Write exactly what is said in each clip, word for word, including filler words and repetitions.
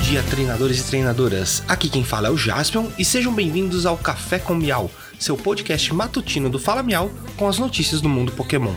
dia, treinadores e treinadoras. Aqui quem fala é o Jaspion e sejam bem-vindos ao Café com Miau, seu podcast matutino do Fala Miau com as notícias do mundo Pokémon.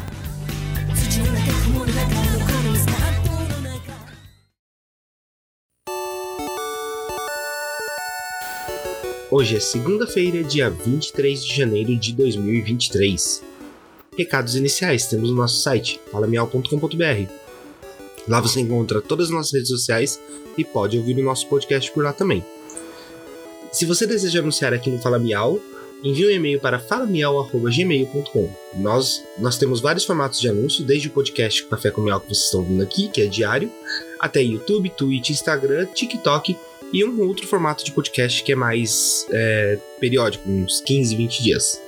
Hoje é segunda-feira, dia vinte e três de janeiro de dois mil e vinte e três. Recados iniciais, temos no nosso site, fala miau ponto com ponto b r. Lá você encontra todas as nossas redes sociais e pode ouvir o nosso podcast por lá também. Se você deseja anunciar aqui no Fala Miau, envie um e-mail para fala miau arroba gmail ponto com. Nós, nós temos vários formatos de anúncio, desde o podcast Café com Miau que vocês estão ouvindo aqui, que é diário, até YouTube, Twitch, Instagram, TikTok e um outro formato de podcast que é mais é, periódico, uns quinze, vinte dias.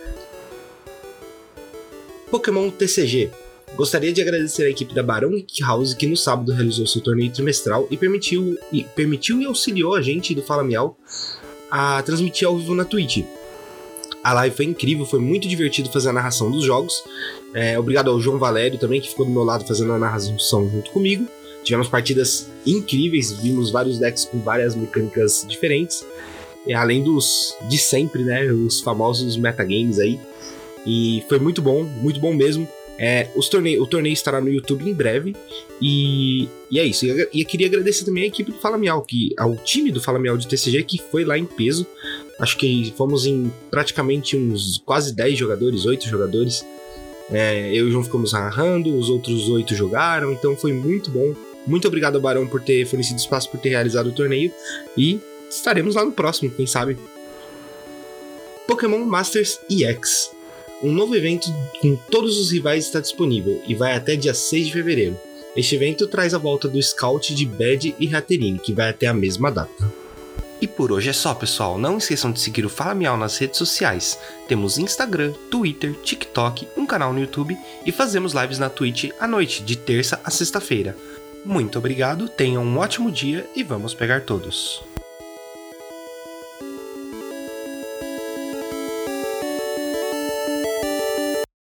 Pokémon T C G. Gostaria de agradecer a equipe da Barão Geek House que no sábado realizou seu torneio trimestral e permitiu e, permitiu e auxiliou a gente do Fala Miau a transmitir ao vivo na Twitch. A live foi incrível, foi muito divertido fazer a narração dos jogos. É, obrigado ao João Valério também, que ficou do meu lado fazendo a narração junto comigo. Tivemos partidas incríveis, vimos vários decks com várias mecânicas diferentes. E além dos de sempre, né, os famosos metagames aí. E foi muito bom, muito bom mesmo. É, os torneio, o torneio estará no YouTube em breve. E, e é isso. E eu queria agradecer também a equipe do Fala Miau, que, ao time do Fala Miau de T C G, que foi lá em peso. Acho que fomos em praticamente uns quase dez jogadores, oito jogadores. É, eu e o João ficamos narrando, os outros oito jogaram, então foi muito bom. Muito obrigado ao Barão por ter fornecido espaço, por ter realizado o torneio. E estaremos lá no próximo, quem sabe. Pokémon Masters E X. Um novo evento com todos os rivais está disponível e vai até dia seis de fevereiro. Este evento traz a volta do Scout de Bad e Hatterene, que vai até a mesma data. E por hoje é só, pessoal. Não esqueçam de seguir o Fala Miau nas redes sociais. Temos Instagram, Twitter, TikTok, um canal no YouTube e fazemos lives na Twitch à noite, de terça a sexta-feira. Muito obrigado, tenham um ótimo dia e vamos pegar todos!